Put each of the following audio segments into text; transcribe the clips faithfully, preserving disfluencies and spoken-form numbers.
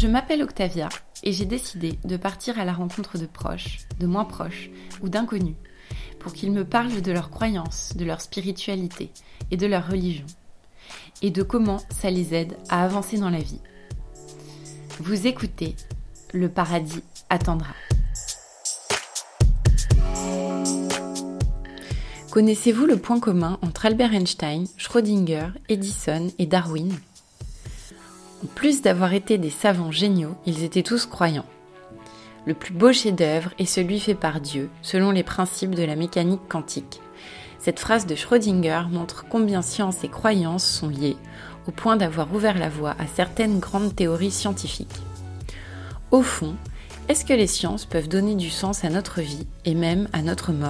Je m'appelle Octavia et j'ai décidé de partir à la rencontre de proches, de moins proches ou d'inconnus pour qu'ils me parlent de leurs croyances, de leur spiritualité et de leur religion et de comment ça les aide à avancer dans la vie. Vous écoutez Le Paradis attendra. Connaissez-vous le point commun entre Albert Einstein, Schrödinger, Edison et Darwin ? En plus d'avoir été des savants géniaux, ils étaient tous croyants. Le plus beau chef-d'œuvre est celui fait par Dieu, selon les principes de la mécanique quantique. Cette phrase de Schrödinger montre combien science et croyance sont liées, au point d'avoir ouvert la voie à certaines grandes théories scientifiques. Au fond, est-ce que les sciences peuvent donner du sens à notre vie et même à notre mort ?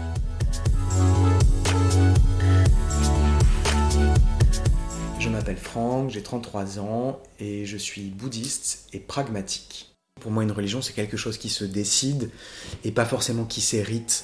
Je m'appelle Franck, j'ai trente-trois ans et je suis bouddhiste et pragmatique. Pour moi, une religion, c'est quelque chose qui se décide et pas forcément qui s'hérite.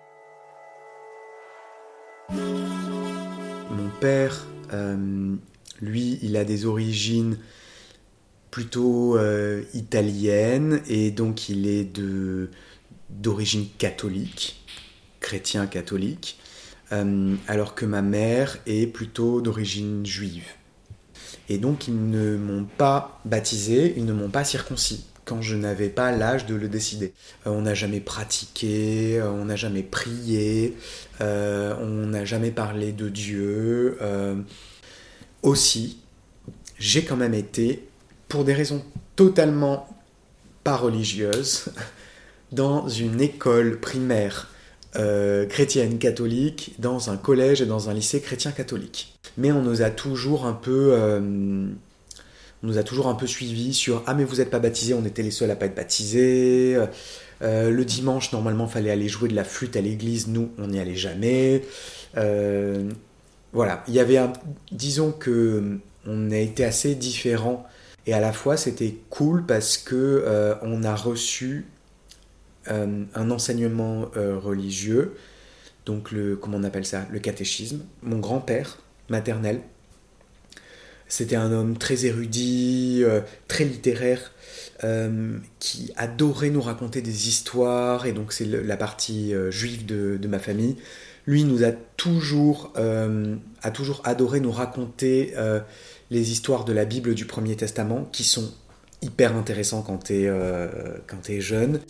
Mon père, euh, lui, il a des origines plutôt euh, italiennes et donc il est de, d'origine catholique, chrétien catholique. Euh, alors que ma mère est plutôt d'origine juive. Et donc ils ne m'ont pas baptisé, ils ne m'ont pas circoncis quand je n'avais pas l'âge de le décider. Euh, on n'a jamais pratiqué, euh, on n'a jamais prié, euh, on n'a jamais parlé de Dieu. Euh, aussi, j'ai quand même été, pour des raisons totalement pas religieuses, dans une école primaire Euh, chrétienne catholique dans un collège et dans un lycée chrétien catholique. Mais on nous a toujours un peu, euh, on nous a toujours un peu suivis sur ah mais vous n'êtes pas baptisés, on était les seuls à pas être baptisés. Euh, le dimanche normalement fallait aller jouer de la flûte à l'église, nous on n'y allait jamais. Euh, voilà, il y avait un, disons que on a été assez différents et à la fois c'était cool parce que euh, on a reçu Euh, un enseignement euh, religieux, donc le, comment on appelle ça, le catéchisme. Mon grand-père maternel, c'était un homme très érudit, euh, très littéraire, euh, qui adorait nous raconter des histoires, et donc c'est le, la partie euh, juive de, de ma famille. Lui nous a toujours, euh, a toujours adoré nous raconter euh, les histoires de la Bible du Premier Testament, qui sont hyper intéressants quand t'es, euh, quand t'es jeune.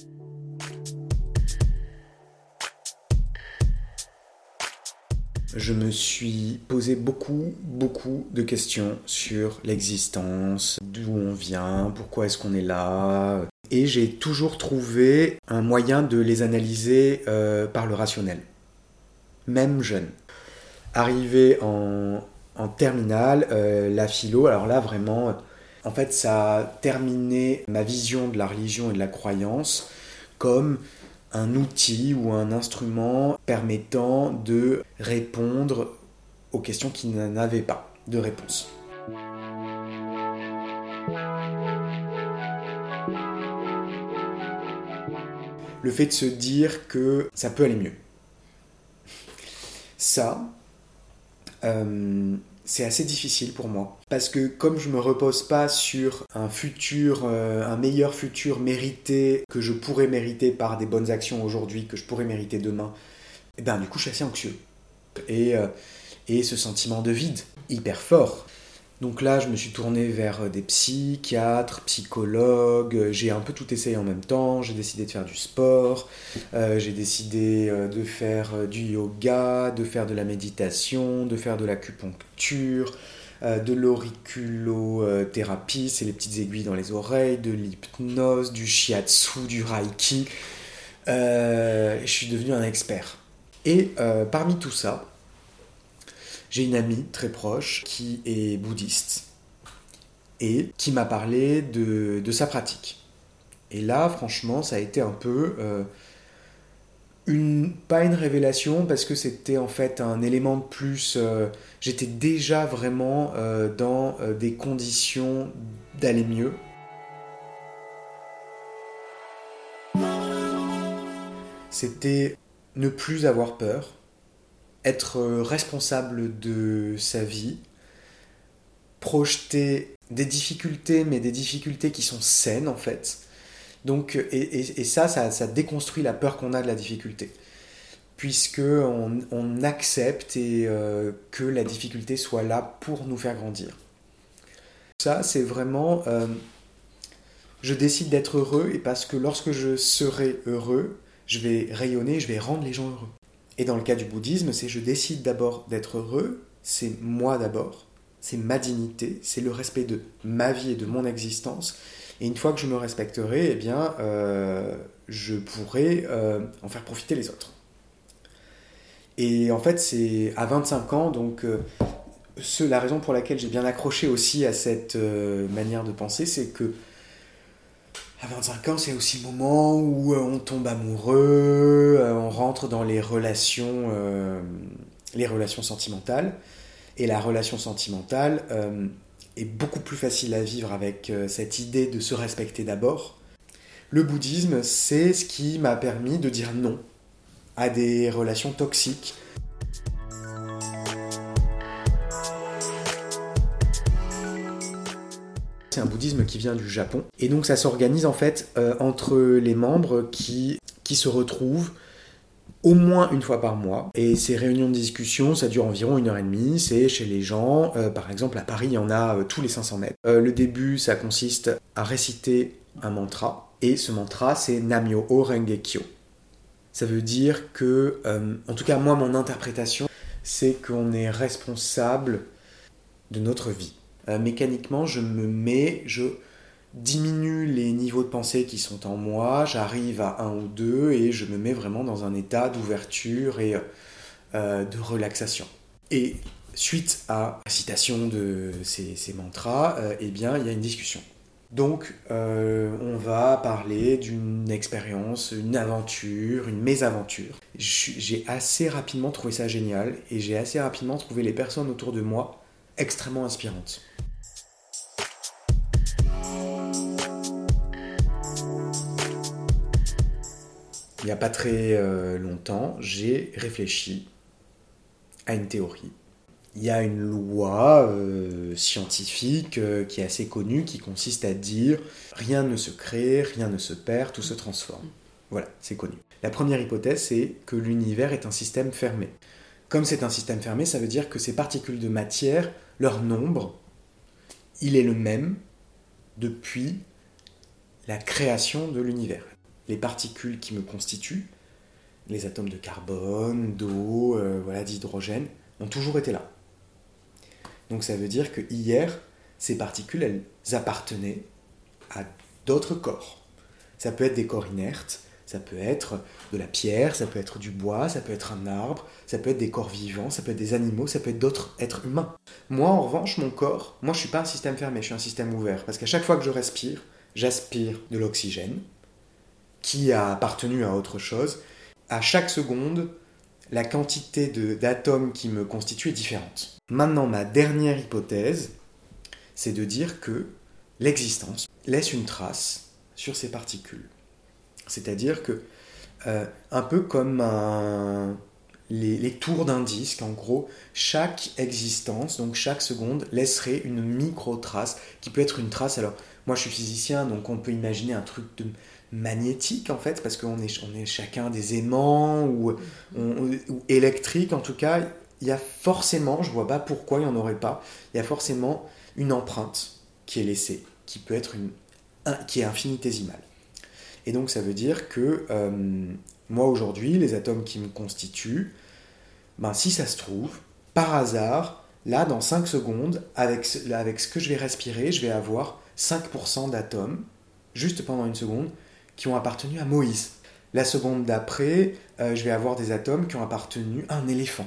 Je me suis posé beaucoup, beaucoup de questions sur l'existence, d'où on vient, pourquoi est-ce qu'on est là. Et j'ai toujours trouvé un moyen de les analyser euh, par le rationnel, même jeune. Arrivé en, en terminale, euh, la philo, alors là vraiment, en fait ça a terminé ma vision de la religion et de la croyance comme un outil ou un instrument permettant de répondre aux questions qui n'avaient pas de réponse. Le fait de se dire que ça peut aller mieux. Ça, euh, c'est assez difficile pour moi. Parce que comme je me repose pas sur un futur, euh, un meilleur futur mérité, que je pourrais mériter par des bonnes actions aujourd'hui, que je pourrais mériter demain, et ben du coup je suis assez anxieux. Et, euh, et ce sentiment de vide, hyper fort. Donc là je me suis tourné vers des psychiatres, psychologues, j'ai un peu tout essayé en même temps, j'ai décidé de faire du sport, euh, j'ai décidé de faire du yoga, de faire de la méditation, de faire de l'acupuncture, euh, de l'auriculothérapie, c'est les petites aiguilles dans les oreilles, de l'hypnose, du shiatsu, du reiki. Euh, je suis devenu un expert. Et euh, parmi tout ça, j'ai une amie très proche qui est bouddhiste et qui m'a parlé de, de sa pratique. Et là, franchement, ça a été un peu, euh, une, pas une révélation, parce que c'était en fait un élément de plus. Euh, j'étais déjà vraiment euh, dans euh, des conditions d'aller mieux. C'était ne plus avoir peur, être responsable de sa vie, projeter des difficultés, mais des difficultés qui sont saines en fait. Donc, et, et, et ça, ça, ça déconstruit la peur qu'on a de la difficulté, puisque on, on accepte et, euh, que la difficulté soit là pour nous faire grandir. Ça, c'est vraiment, euh, je décide d'être heureux, et parce que lorsque je serai heureux, je vais rayonner, je vais rendre les gens heureux. Et dans le cas du bouddhisme, c'est je décide d'abord d'être heureux, c'est moi d'abord, c'est ma dignité, c'est le respect de ma vie et de mon existence. Et une fois que je me respecterai, eh bien, euh, je pourrai euh, en faire profiter les autres. Et en fait, c'est à vingt-cinq ans, donc euh, ce, la raison pour laquelle j'ai bien accroché aussi à cette euh, manière de penser, c'est que à vingt-cinq ans, c'est aussi le moment où on tombe amoureux, on rentre dans les relations, euh, les relations sentimentales. Et la relation sentimentale euh, est beaucoup plus facile à vivre avec euh, cette idée de se respecter d'abord. Le bouddhisme, c'est ce qui m'a permis de dire non à des relations toxiques. C'est un bouddhisme qui vient du Japon. Et donc ça s'organise en fait euh, entre les membres qui, qui se retrouvent au moins une fois par mois. Et ces réunions de discussion, ça dure environ une heure et demie. C'est chez les gens. Euh, par exemple, à Paris, il y en a euh, tous les cinq cents mètres. Euh, le début, ça consiste à réciter un mantra. Et ce mantra, c'est Nam-myoho Renge-kyo. Ça veut dire que, euh, en tout cas moi, mon interprétation, c'est qu'on est responsable de notre vie. Euh, mécaniquement, je me mets, je diminue les niveaux de pensée qui sont en moi, j'arrive à un ou deux et je me mets vraiment dans un état d'ouverture et euh, de relaxation. Et suite à la citation de ces, ces mantras, euh, eh bien, il y a une discussion. Donc, euh, on va parler d'une expérience, une aventure, une mésaventure. J'ai assez rapidement trouvé ça génial et j'ai assez rapidement trouvé les personnes autour de moi extrêmement inspirantes. Il n'y a pas très euh, longtemps, j'ai réfléchi à une théorie. Il y a une loi euh, scientifique euh, qui est assez connue, qui consiste à dire « rien ne se crée, rien ne se perd, tout se transforme ». Voilà, c'est connu. La première hypothèse, c'est que l'univers est un système fermé. Comme c'est un système fermé, ça veut dire que ces particules de matière, leur nombre, il est le même depuis la création de l'univers. Les particules qui me constituent, les atomes de carbone, d'eau, euh, voilà, d'hydrogène, ont toujours été là. Donc ça veut dire que hier, ces particules, elles appartenaient à d'autres corps. Ça peut être des corps inertes, ça peut être de la pierre, ça peut être du bois, ça peut être un arbre, ça peut être des corps vivants, ça peut être des animaux, ça peut être d'autres êtres humains. Moi, en revanche, mon corps, moi je ne suis pas un système fermé, je suis un système ouvert. Parce qu'à chaque fois que je respire, j'aspire de l'oxygène, qui a appartenu à autre chose. À chaque seconde, la quantité de, d'atomes qui me constituent est différente. Maintenant, ma dernière hypothèse, c'est de dire que l'existence laisse une trace sur ces particules. C'est-à-dire que, euh, un peu comme un, les, les tours d'un disque, en gros, chaque existence, donc chaque seconde, laisserait une micro-trace, qui peut être une trace, alors moi je suis physicien, donc on peut imaginer un truc de magnétique en fait, parce qu'on est, on est chacun des aimants, ou, on, ou électrique en tout cas, il y a forcément, je ne vois pas pourquoi il n'y en aurait pas, il y a forcément une empreinte qui est laissée, qui peut être une, un, qui est infinitésimale. Et donc ça veut dire que euh, moi aujourd'hui, les atomes qui me constituent, ben, si ça se trouve, par hasard, là dans cinq secondes, avec, avec ce que je vais respirer, je vais avoir cinq pour cent d'atomes, juste pendant une seconde, qui ont appartenu à Moïse. La seconde d'après, euh, je vais avoir des atomes qui ont appartenu à un éléphant,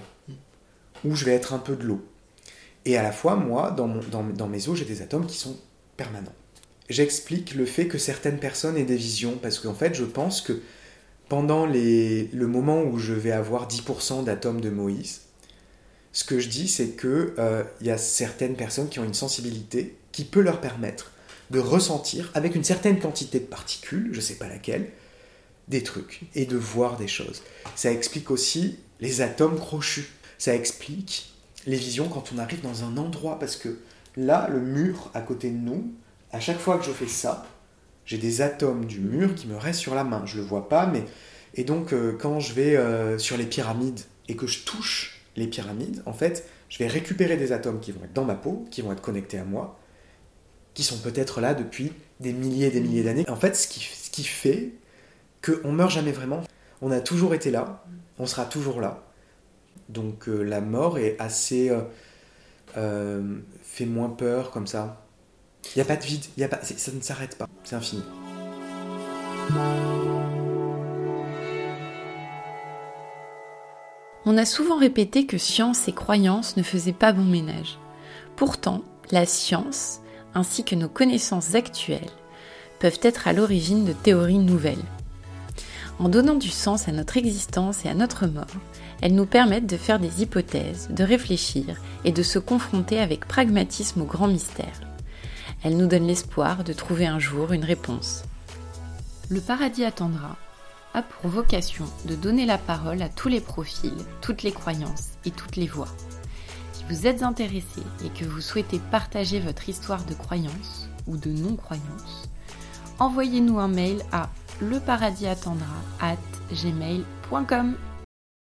où je vais être un peu de l'eau. Et à la fois, moi, dans, mon, dans, dans mes os, j'ai des atomes qui sont permanents. J'explique le fait que certaines personnes aient des visions, parce qu'en fait, je pense que pendant les, le moment où je vais avoir dix pour cent d'atomes de Moïse, ce que je dis, c'est qu'il euh, y a certaines personnes qui ont une sensibilité qui peut leur permettre de ressentir, avec une certaine quantité de particules, je ne sais pas laquelle, des trucs, et de voir des choses. Ça explique aussi les atomes crochus. Ça explique les visions quand on arrive dans un endroit, parce que Là, le mur à côté de nous, à chaque fois que je fais ça, j'ai des atomes du mur qui me restent sur la main. Je le vois pas, mais... Et donc, euh, quand je vais euh, sur les pyramides et que je touche les pyramides, en fait, je vais récupérer des atomes qui vont être dans ma peau, qui vont être connectés à moi, qui sont peut-être là depuis des milliers et des milliers d'années. En fait, ce qui, ce qui fait qu'on ne meurt jamais vraiment. On a toujours été là, on sera toujours là. Donc euh, la mort est assez... Euh, euh, fait moins peur comme ça. Il n'y a pas de vide, y a pas, ça ne s'arrête pas, c'est infini. On a souvent répété que science et croyance ne faisaient pas bon ménage. Pourtant, la science, ainsi que nos connaissances actuelles, peuvent être à l'origine de théories nouvelles. En donnant du sens à notre existence et à notre mort, elles nous permettent de faire des hypothèses, de réfléchir et de se confronter avec pragmatisme aux grands mystères. Elles nous donnent l'espoir de trouver un jour une réponse. Le paradis attendra a pour vocation de donner la parole à tous les profils, toutes les croyances et toutes les voix. Si vous êtes intéressé et que vous souhaitez partager votre histoire de croyance ou de non-croyance, envoyez-nous un mail à leparadisattendra arobase gmail point com.